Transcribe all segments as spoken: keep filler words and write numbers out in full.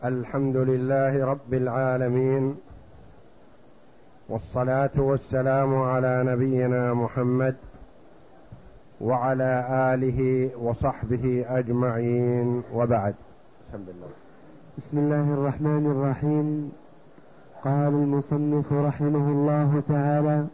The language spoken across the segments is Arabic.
الحمد لله رب العالمين، والصلاة والسلام على نبينا محمد وعلى آله وصحبه أجمعين، وبعد. بسم الله الرحمن الرحيم. قال المصنف رحمه الله تعالى: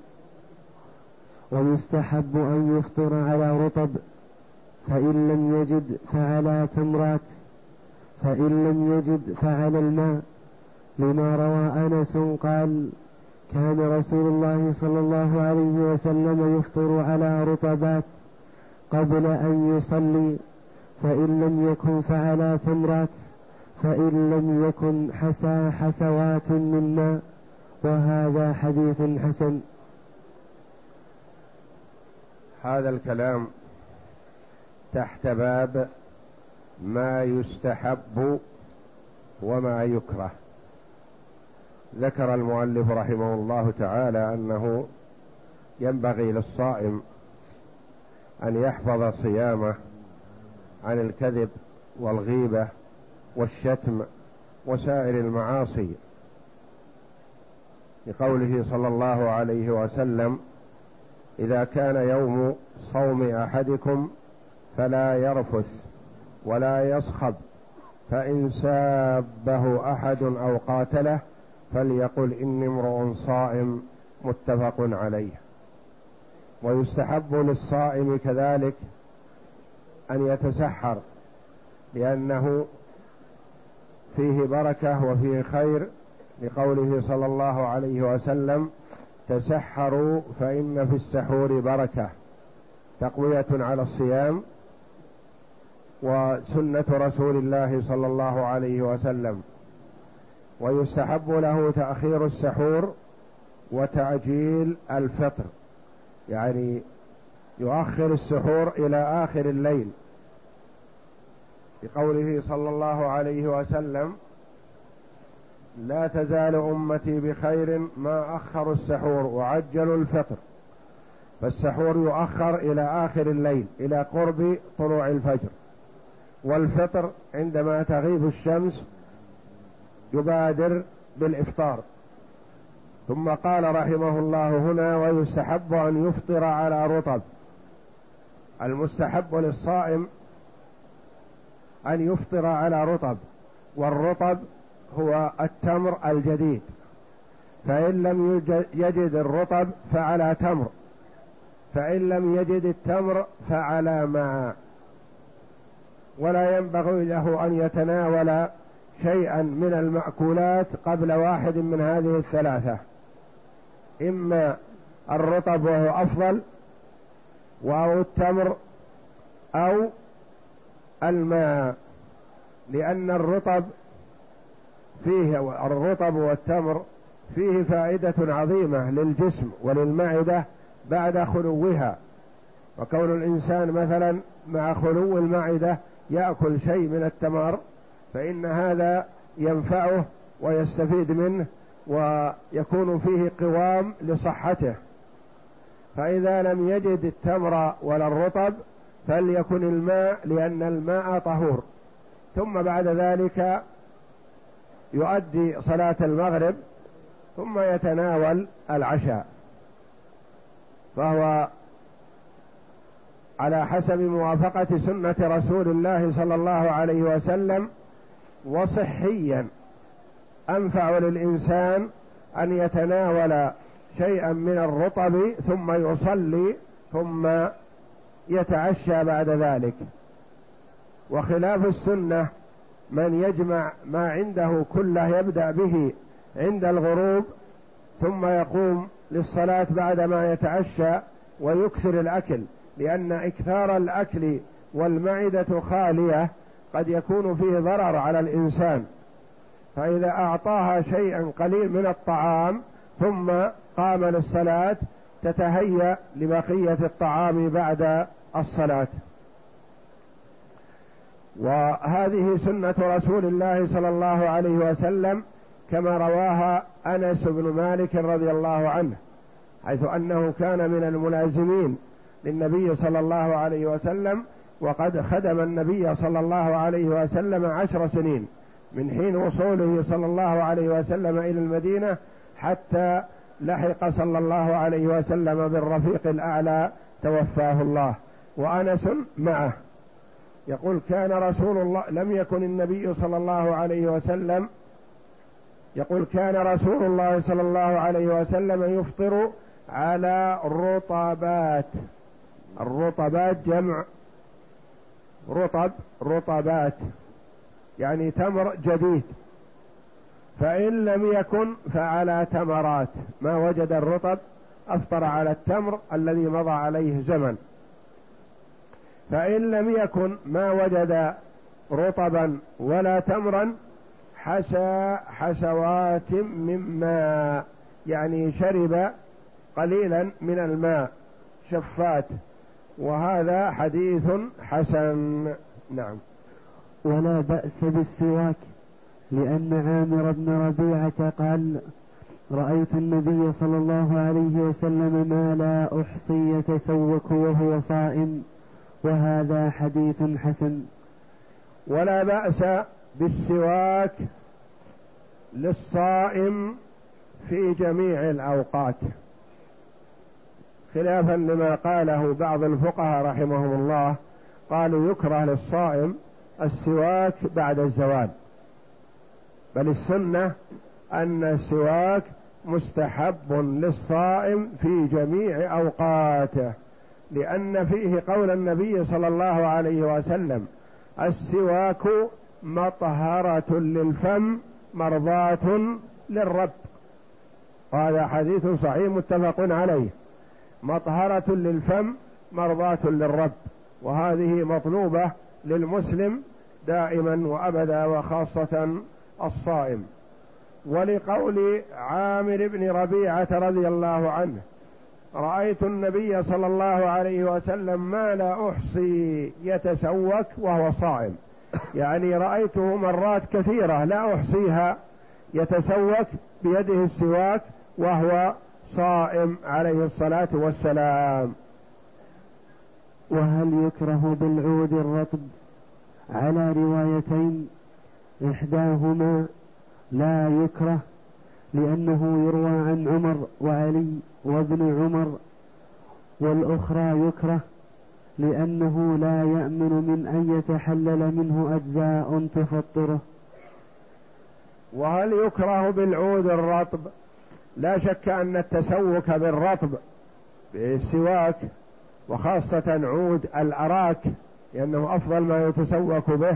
ويستحب أن يفطر على رطب، فإن لم يجد فعلى تمرات، فإن لم يجد فعلى الماء، لما روى أنس قال: كان رسول الله صلى الله عليه وسلم يفطر على رطبات قبل أن يصلي، فإن لم يكن فعلى تمرات، فإن لم يكن حسى حسوات من ماء. وهذا حديث حسن. هذا الكلام تحت باب ما يستحب وما يكره. ذكر المؤلف رحمه الله تعالى أنه ينبغي للصائم أن يحفظ صيامه عن الكذب والغيبة والشتم وسائر المعاصي، لقوله صلى الله عليه وسلم: إذا كان يوم صوم أحدكم فلا يرفث ولا يصخب، فإن سابه أحد أو قاتله فليقل إني امرؤ صائم، متفق عليه. ويستحب للصائم كذلك أن يتسحر، لأنه فيه بركة وفيه خير، لقوله صلى الله عليه وسلم: تسحروا فإن في السحور بركة، تقوية على الصيام وسنة رسول الله صلى الله عليه وسلم. ويستحب له تأخير السحور وتعجيل الفطر، يعني يؤخر السحور إلى آخر الليل، بقوله صلى الله عليه وسلم: لا تزال أمتي بخير ما أخروا السحور وعجلوا الفطر. فالسحور يؤخر إلى آخر الليل إلى قرب طلوع الفجر، والفطر عندما تغيب الشمس يبادر بالإفطار. ثم قال رحمه الله هنا: ويستحب أن يفطر على رطب. المستحب للصائم أن يفطر على رطب، والرطب هو التمر الجديد، فإن لم يجد الرطب فعلى تمر، فإن لم يجد التمر فعلى ماء. ولا ينبغي له أن يتناول شيئا من المأكولات قبل واحد من هذه الثلاثة: إما الرطب وهو أفضل، أو التمر، أو الماء، لأن الرطب فيه الرطب والتمر فيه فائدة عظيمة للجسم وللمعدة بعد خلوها. وكون الإنسان مثلا مع خلو المعدة يأكل شيء من التمر فإن هذا ينفعه ويستفيد منه ويكون فيه قوام لصحته. فإذا لم يجد التمر ولا الرطب فليكن الماء، لأن الماء طهور. ثم بعد ذلك يؤدي صلاة المغرب ثم يتناول العشاء، فهو على حسب موافقة سنة رسول الله صلى الله عليه وسلم، وصحيا أنفع للإنسان أن يتناول شيئا من الرطب ثم يصلي ثم يتعشى بعد ذلك. وخلاف السنة من يجمع ما عنده كله، يبدأ به عند الغروب ثم يقوم للصلاة بعدما يتعشى ويكثر الأكل، لأن إكثار الأكل والمعدة خالية قد يكون فيه ضرر على الإنسان. فإذا أعطاها شيئا قليل من الطعام ثم قام للصلاة تتهيأ لبقية الطعام بعد الصلاة. وهذه سنة رسول الله صلى الله عليه وسلم كما رواها أنس بن مالك رضي الله عنه، حيث أنه كان من الملازمين للنبي صلى الله عليه وسلم، وقد خدم النبي صلى الله عليه وسلم عشر سنين، من حين وصوله صلى الله عليه وسلم إلى المدينة حتى لحق صلى الله عليه وسلم بالرفيق الأعلى توفاه الله، وأنس معه. يقول كان رسول الله لم يكن النبي صلى الله عليه وسلم يقول كان رسول الله صلى الله عليه وسلم يفطر على رطبات. الرطبات جمع رطب، رطبات يعني تمر جديد، فإن لم يكن فعلى تمرات، ما وجد الرطب أفطر على التمر الذي مضى عليه زمن، فإن لم يكن ما وجد رطبا ولا تمرا حسى حسوات من ماء، يعني شرب قليلا من الماء شفات، وهذا حديث حسن. نعم. ولا بأس بالسواك، لأن عامر بن ربيعة قال رأيت النبي صلى الله عليه وسلم ما لا أحصي يتسوك وهو صائم، وهذا حديث حسن. ولا بأس بالسواك للصائم في جميع الأوقات، خلافا لما قاله بعض الفقهاء رحمهم الله، قالوا يكره للصائم السواك بعد الزوال، بل السنة أن السواك مستحب للصائم في جميع أوقاته، لأن فيه قول النبي صلى الله عليه وسلم السواك مطهرة للفم مرضاة للرب، هذا حديث صحيح متفق عليه، مطهرة للفم مرضاة للرب، وهذه مطلوبة للمسلم دائما وأبدا وخاصة الصائم. ولقول عامر بن ربيعة رضي الله عنه رأيت النبي صلى الله عليه وسلم ما لا أحصي يتسوك وهو صائم، يعني رأيته مرات كثيرة لا أحصيها يتسوك بيده السواك وهو صائم عليه الصلاة والسلام. وهل يكره بالعود الرطب؟ على روايتين، إحداهما لا يكره لأنه يروى عن عمر وعلي وابن عمر، والأخرى يكره لأنه لا يأمن من أن يتحلل منه أجزاء تفطره. وهل يكره بالعود الرطب؟ لا شك أن التسوك بالرطب بالسواك، وخاصة عود الأراك لأنه أفضل ما يتسوك به،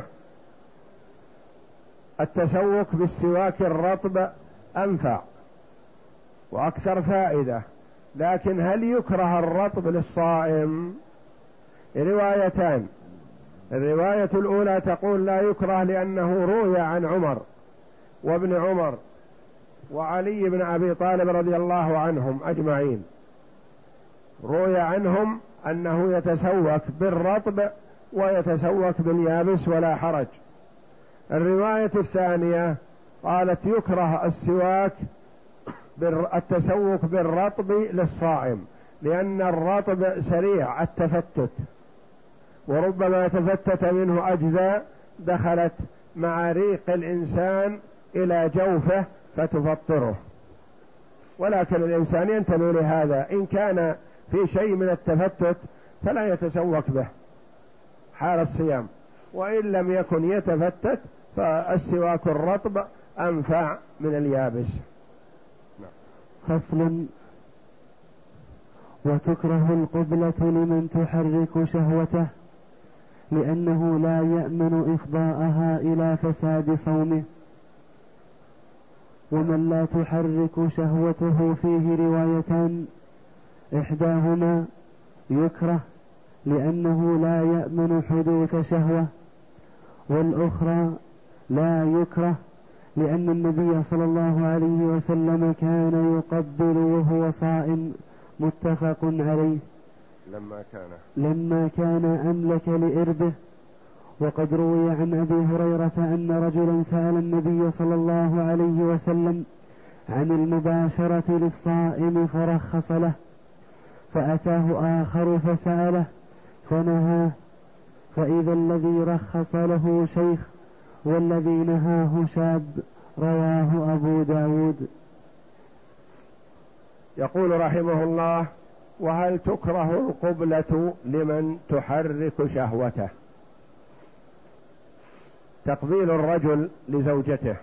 التسوك بالسواك الرطب أنفع وأكثر فائدة. لكن هل يكره الرطب للصائم؟ روايتان، الرواية الأولى تقول لا يكره لأنه روي عن عمر وابن عمر وعلي بن أبي طالب رضي الله عنهم أجمعين، روي عنهم أنه يتسوك بالرطب ويتسوك باليابس ولا حرج. الرواية الثانية قالت يكره السواك التسوك بالرطب للصائم، لأن الرطب سريع التفتت، وربما تفتت منه أجزاء دخلت مع ريق الإنسان إلى جوفه فتفطره، ولكن الإنسان ينتبه لهذا، إن كان في شيء من التفتت فلا يتسوك به حال الصيام، وإن لم يكن يتفتت فالسواك الرطب أنفع من اليابس. فصل. وتكره القبلة لمن تحرك شهوته، لأنه لا يأمن إفضاءها إلى فساد صومه. ومن لا تحرك شهوته فيه روايتان، إحداهما يكره لأنه لا يأمن حدوث شهوة، والأخرى لا يكره لأن النبي صلى الله عليه وسلم كان يقبل وهو صائم، متفق عليه. لما كان لما كان أملك لإربه. وقد روي عن أبي هريرة أن رجلا سأل النبي صلى الله عليه وسلم عن المباشرة للصائم فرخص له، فأتاه آخر فسأله فنهاه، فإذا الذي رخص له شيخ والذي نهاه شاب. رواه أبو داود. يقول رحمه الله: وهل تكره القبلة لمن تحرك شهوته؟ تقبيل الرجل لزوجته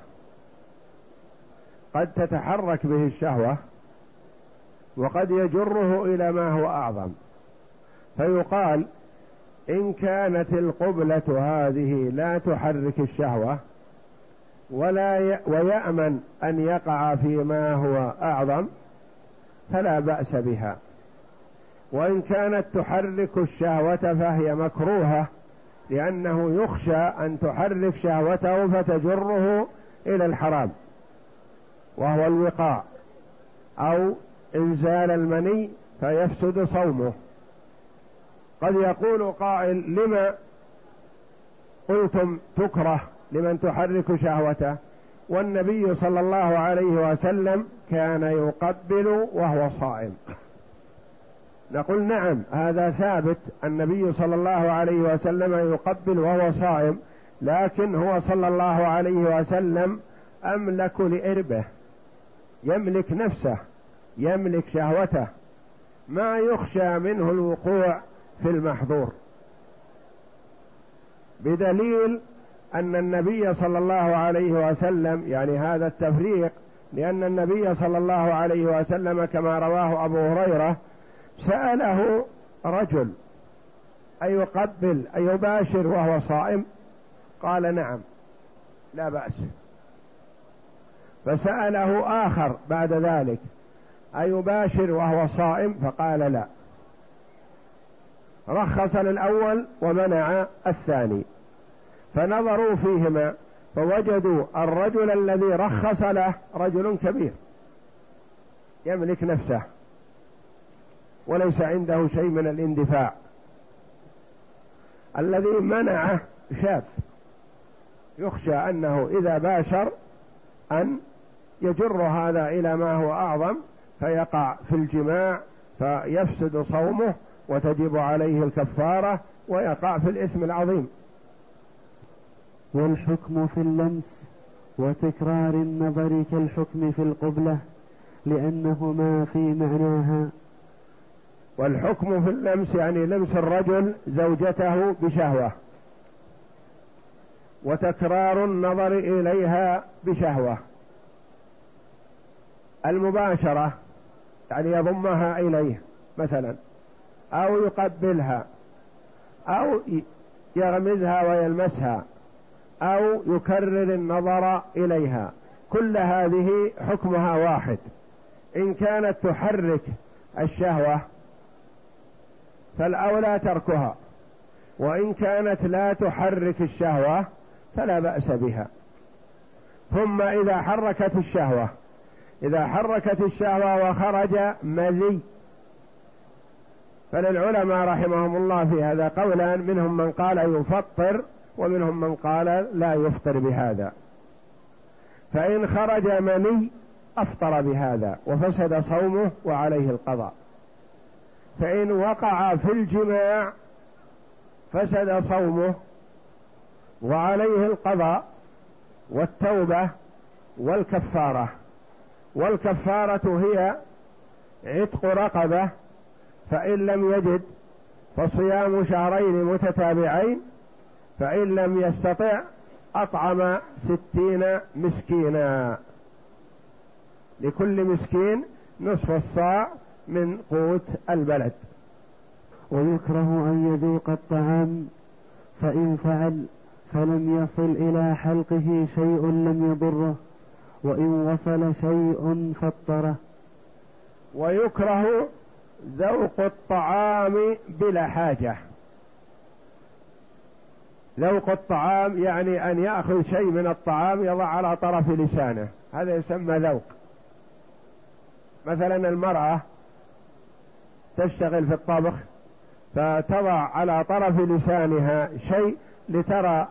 قد تتحرك به الشهوة وقد يجره إلى ما هو أعظم، فيقال إن كانت القبلة هذه لا تحرك الشهوة ولا ي... ويأمن أن يقع فيما هو أعظم فلا بأس بها، وإن كانت تحرك الشهوة فهي مكروهة لأنه يخشى أن تحرك شهوته فتجره إلى الحرام وهو الوقاع أو إنزال المني فيفسد صومه. قد يقول قائل: لما قلتم تكره لمن تحرك شهوته والنبي صلى الله عليه وسلم كان يقبل وهو صائم؟ نقول: نعم، هذا ثابت، النبي صلى الله عليه وسلم يقبل وهو صائم، لكن هو صلى الله عليه وسلم أملك لإربه، يملك نفسه، يملك شهوته، ما يخشى منه الوقوع في المحظور، بدليل أن النبي صلى الله عليه وسلم، يعني هذا التفريق، لأن النبي صلى الله عليه وسلم كما رواه أبو هريرة سأله رجل: أيقبل أيباشر وهو صائم؟ قال: نعم لا بأس. فسأله آخر بعد ذلك: أيباشر وهو صائم؟ فقال: لا. رخص للأول ومنع الثاني، فنظروا فيهما فوجدوا الرجل الذي رخص له رجل كبير يملك نفسه وليس عنده شيء من الاندفاع، الذي منعه شاب يخشى أنه إذا باشر أن يجر هذا إلى ما هو أعظم فيقع في الجماع فيفسد صومه وتجب عليه الكفارة ويقع في الإثم العظيم. والحكم في اللمس وتكرار النظر كالحكم في القبلة لأنهما في معناها. والحكم في اللمس يعني لمس الرجل زوجته بشهوة، وتكرار النظر إليها بشهوة. المباشرة يعني يضمها إليه مثلا، أو يقبلها، أو يغمزها ويلمسها، أو يكرر النظر إليها، كل هذه حكمها واحد. إن كانت تحرك الشهوة فالأولى تركها، وإن كانت لا تحرك الشهوة فلا بأس بها. ثم إذا حركت الشهوة إذا حركت الشهوة وخرج مذي، فللعلماء رحمهم الله في هذا قولان، منهم من قال يفطر ومنهم من قال لا يفطر بهذا. فإن خرج مني أفطر بهذا وفسد صومه وعليه القضاء. فإن وقع في الجماع فسد صومه وعليه القضاء والتوبة والكفارة. والكفارة هي عتق رقبة، فإن لم يجد فصيام شهرين متتابعين، فإن لم يستطع أطعم ستين مسكينا، لكل مسكين نصف الصاع من قوت البلد. ويكره أن يذوق الطعام، فإن فعل فلم يصل إلى حلقه شيء لم يضره، وإن وصل شيء فطره. ويكره ذوق الطعام بلا حاجة. ذوق الطعام يعني أن يأخذ شيء من الطعام يضع على طرف لسانه، هذا يسمى ذوق. مثلا المرأة تشتغل في الطبخ فتضع على طرف لسانها شيء لترى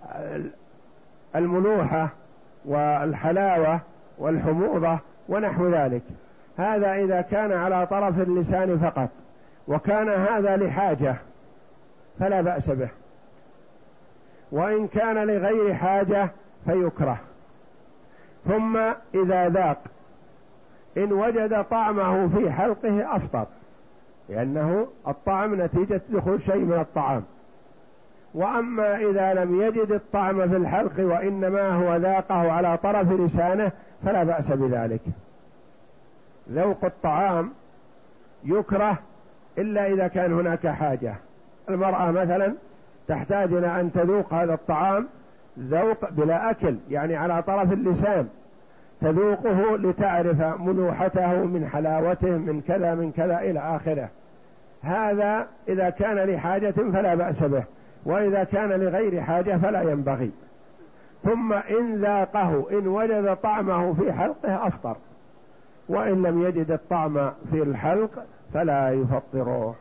الملوحة والحلاوة والحموضة ونحو ذلك، هذا إذا كان على طرف اللسان فقط، وكان هذا لحاجة فلا بأس به. وإن كان لغير حاجة فيكره. ثم إذا ذاق إن وجد طعمه في حلقه أفطر، لأنه الطعم نتيجة دخول شيء من الطعام. وأما إذا لم يجد الطعم في الحلق وإنما هو ذاقه على طرف لسانه فلا بأس بذلك. ذوق الطعام يكره إلا إذا كان هناك حاجة. المرأة مثلا تحتاج إلى أن تذوق هذا الطعام ذوق بلا أكل، يعني على طرف اللسان، تذوقه لتعرف ملوحته من حلاوته من كذا من كذا إلى آخره. هذا إذا كان لحاجة فلا بأس به، وإذا كان لغير حاجة فلا ينبغي. ثم إن ذاقه إن وجد طعمه في حلقه أفطر، وإن لم يجد الطعم في الحلق فلا يفطره.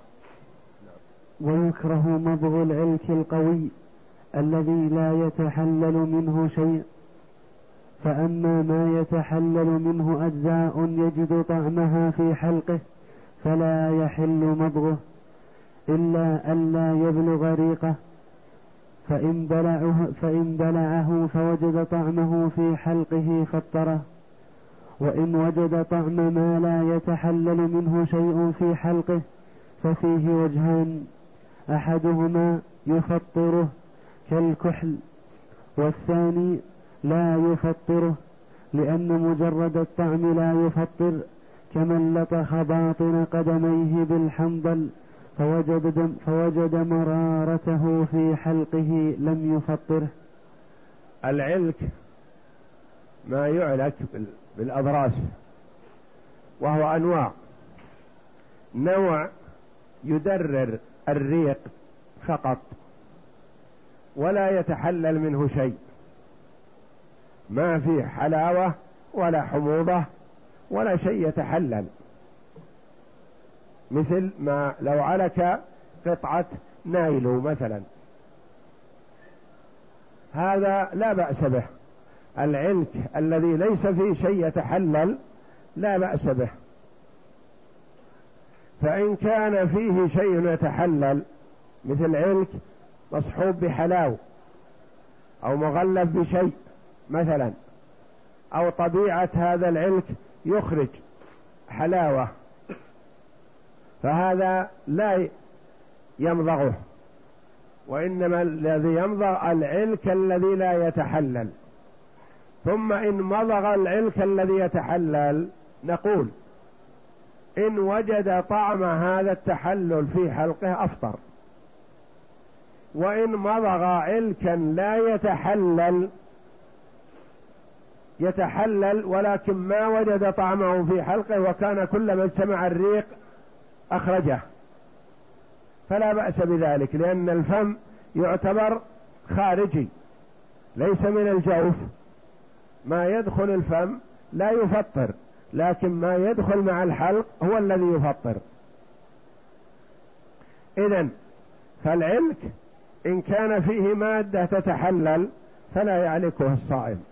ويكره مضغ العلك القوي الذي لا يتحلل منه شيء، فأما ما يتحلل منه أجزاء يجد طعمها في حلقه فلا يحل مضغه إلا ألا يبلغ ريقه، فإن بلعه, فإن بلعه فوجد طعمه في حلقه فطره. وإن وجد طعم ما لا يتحلل منه شيء في حلقه ففيه وجهان: أحدهما يفطره كالكحل، والثاني لا يفطره، لأن مجرد الطعم لا يفطر، كمن لطخ باطن قدميه بالحنظل فوجد, دم فوجد مرارته في حلقه لم يفطره. العلك ما يعلك بالأضراس، وهو أنواع. نوع يدرر الريق فقط ولا يتحلل منه شيء، ما فيه حلاوة ولا حموضة ولا شيء يتحلل، مثل ما لو علك قطعة نايلو مثلا، هذا لا بأس به. العلك الذي ليس فيه شيء يتحلل لا بأس به. فإن كان فيه شيء يتحلل مثل علك مصحوب بحلاو أو مغلف بشيء مثلا، أو طبيعة هذا العلك يخرج حلاوة، فهذا لا يمضغه، وإنما الذي يمضغ العلك الذي لا يتحلل. ثم إن مضغ العلك الذي يتحلل نقول إن وجد طعم هذا التحلل في حلقه أفطر. وإن مضغ علكا لا يتحلل يتحلل ولكن ما وجد طعمه في حلقه وكان كلما اجتمع الريق أخرجه فلا بأس بذلك، لأن الفم يعتبر خارجي ليس من الجوف. ما يدخل الفم لا يفطر، لكن ما يدخل مع الحلق هو الذي يفطر. إذن فالعلك إن كان فيه مادة تتحلل فلا يعلكه الصائم،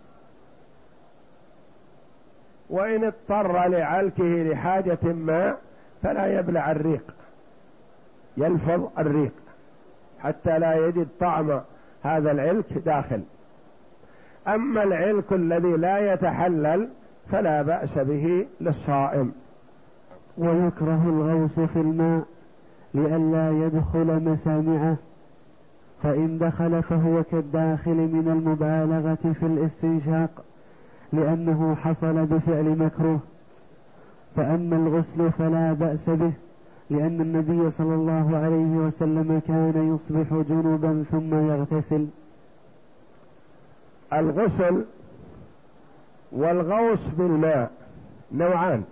وإن اضطر لعلكه لحاجة ما فلا يبلع الريق، يلفظ الريق حتى لا يجد طعم هذا العلك داخل. أما العلك الذي لا يتحلل فلا بأس به للصائم. ويكره الغوص في الماء لئلا يدخل مسامعه، فإن دخل فهو كالداخل من المبالغة في الاستنشاق، لأنه حصل بفعل مكروه. فأما الغسل فلا بأس به، لأن النبي صلى الله عليه وسلم كان يصبح جنبا ثم يغتسل. الغسل والغوص بالماء نوعان: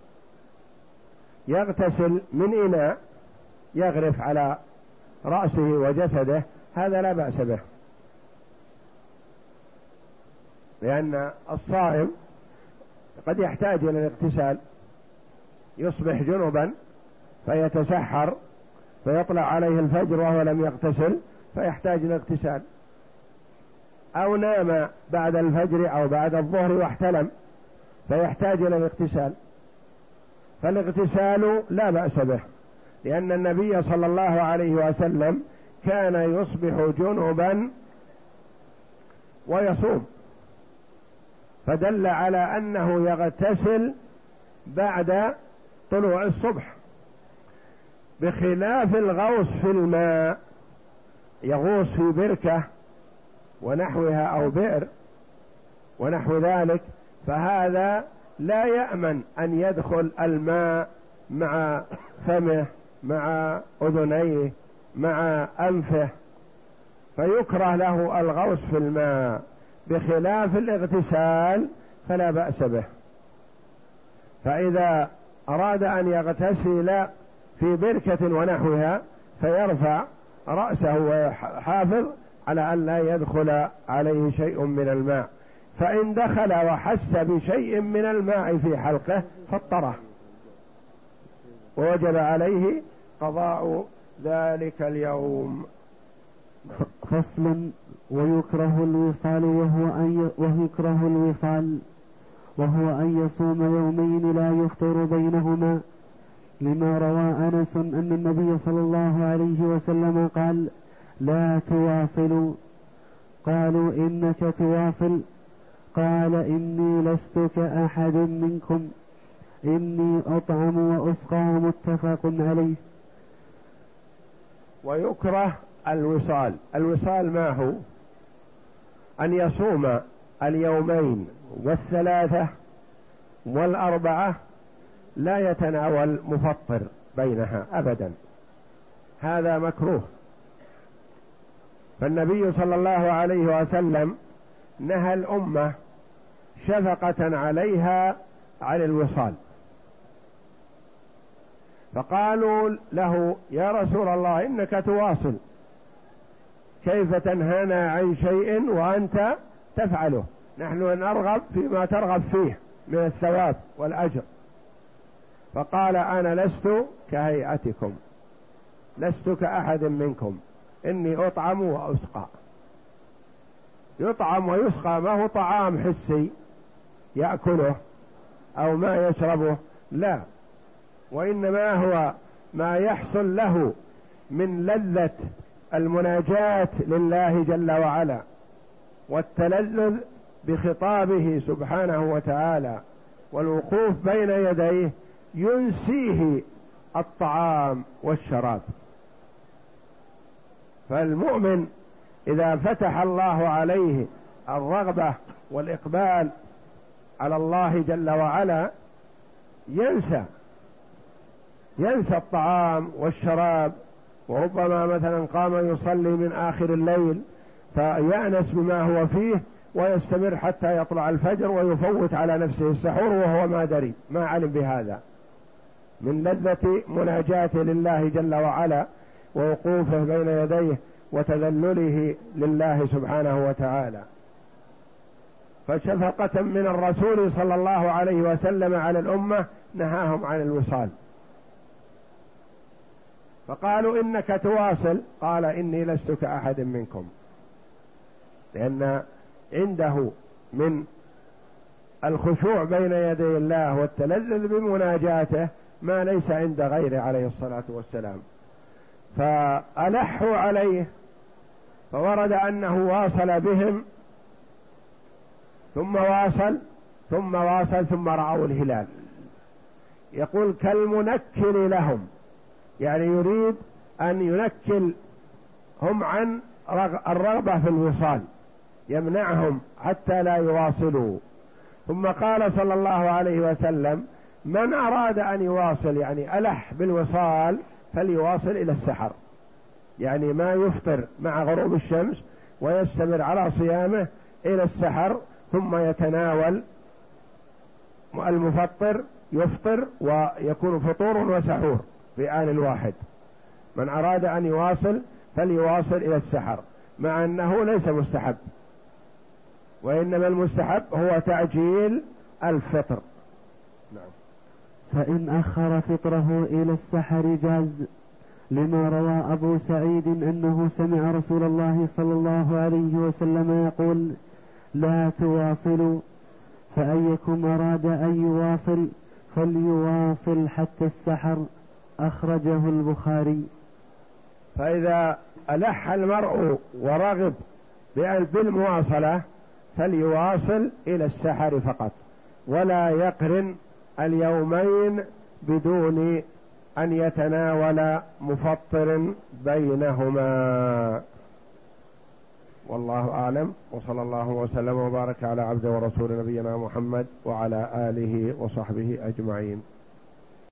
يغتسل من إناء يغرف على رأسه وجسده، هذا لا بأس به، لأن الصائم قد يحتاج إلى الاغتسال، يصبح جنبا فيتسحر فيطلع عليه الفجر وهو لم يغتسل فيحتاج إلى اغتسال، أو نام بعد الفجر أو بعد الظهر واحتلم فيحتاج إلى الاغتسال. فالاغتسال لا بأس به، لأن النبي صلى الله عليه وسلم كان يصبح جنبا ويصوم، فدل على أنه يغتسل بعد طلوع الصبح، بخلاف الغوص في الماء، يغوص في بركة ونحوها أو بئر ونحو ذلك، فهذا لا يأمن أن يدخل الماء مع فمه مع أذنيه مع أنفه، فيكره له الغوص في الماء، بخلاف الاغتسال فلا بأس به. فإذا أراد أن يغتسل في بركة ونحوها فيرفع رأسه ويحافظ على أن لا يدخل عليه شيء من الماء، فإن دخل وحس بشيء من الماء في حلقه فاضطره ووجب عليه قضاء ذلك اليوم. فصل. ويكره الوصال وهو أن ويكره الوصال وهو أن يصوم يومين لا يفطر بينهما، لما روى أنس أن النبي صلى الله عليه وسلم قال: لا تواصلوا. قالوا: إنك تواصل؟ قال: إني لست كأحد منكم، إني أطعم وأسقى. متفق عليه. ويكره الوصال. الوصال ما هو؟ أن يصوم اليومين والثلاثة والأربعة لا يتناول مفطر بينها أبدا، هذا مكروه. فالنبي صلى الله عليه وسلم نهى الأمة شفقة عليها عن الوصال، فقالوا له: يا رسول الله إنك تواصل، كيف تنهانا عن شيء وأنت تفعله؟ نحن نرغب فيما ترغب فيه من الثواب والأجر. فقال: أنا لست كهيئتكم، لست كأحد منكم، إني أطعم وأسقى. يطعم ويسقى ما هو طعام حسي يأكله أو ما يشربه، لا، وإنما هو ما يحصل له من لذة المناجاة لله جل وعلا والتلذذ بخطابه سبحانه وتعالى والوقوف بين يديه، ينسيه الطعام والشراب. فالمؤمن إذا فتح الله عليه الرغبة والإقبال على الله جل وعلا ينسى ينسى الطعام والشراب، وربما مثلا قام يصلي من آخر الليل فيأنس بما هو فيه ويستمر حتى يطلع الفجر ويفوت على نفسه السحور وهو ما دري ما علم بهذا، من لذة مناجاته لله جل وعلا ووقوفه بين يديه وتذلله لله سبحانه وتعالى. فشفقة من الرسول صلى الله عليه وسلم على الأمة نهاهم عن الوصال. فقالوا: إنك تواصل؟ قال: إني لست كأحد منكم، لأن عنده من الخشوع بين يدي الله والتلذذ بمناجاته ما ليس عند غيره عليه الصلاة والسلام. فألحوا عليه، فورد أنه واصل بهم ثم واصل ثم واصل ثم رأوا الهلال. يقول: كالمنكل لهم، يعني يريد أن ينكل هم عن الرغبة في الوصال، يمنعهم حتى لا يواصلوا. ثم قال صلى الله عليه وسلم: من أراد أن يواصل يعني ألح بالوصال فليواصل إلى السحر، يعني ما يفطر مع غروب الشمس ويستمر على صيامه إلى السحر، ثم يتناول المفطر يفطر ويكون فطور وسحور في آن واحد. من أراد أن يواصل فليواصل إلى السحر، مع أنه ليس مستحب، وإنما المستحب هو تعجيل الفطر. نعم. فإن أخر فطره إلى السحر جاز، لما روى أبو سعيد أنه سمع رسول الله صلى الله عليه وسلم يقول: لا تواصلوا، فأيكم أراد أن يواصل فليواصل حتى السحر. أخرجه البخاري. فإذا ألح المرء ورغب بالمواصلة فليواصل إلى السحر فقط، ولا يقرن اليومين بدون أن يتناول مفطر بينهما. والله أعلم، وصلى الله وسلم وبارك على عبده ورسول نبينا محمد وعلى آله وصحبه أجمعين.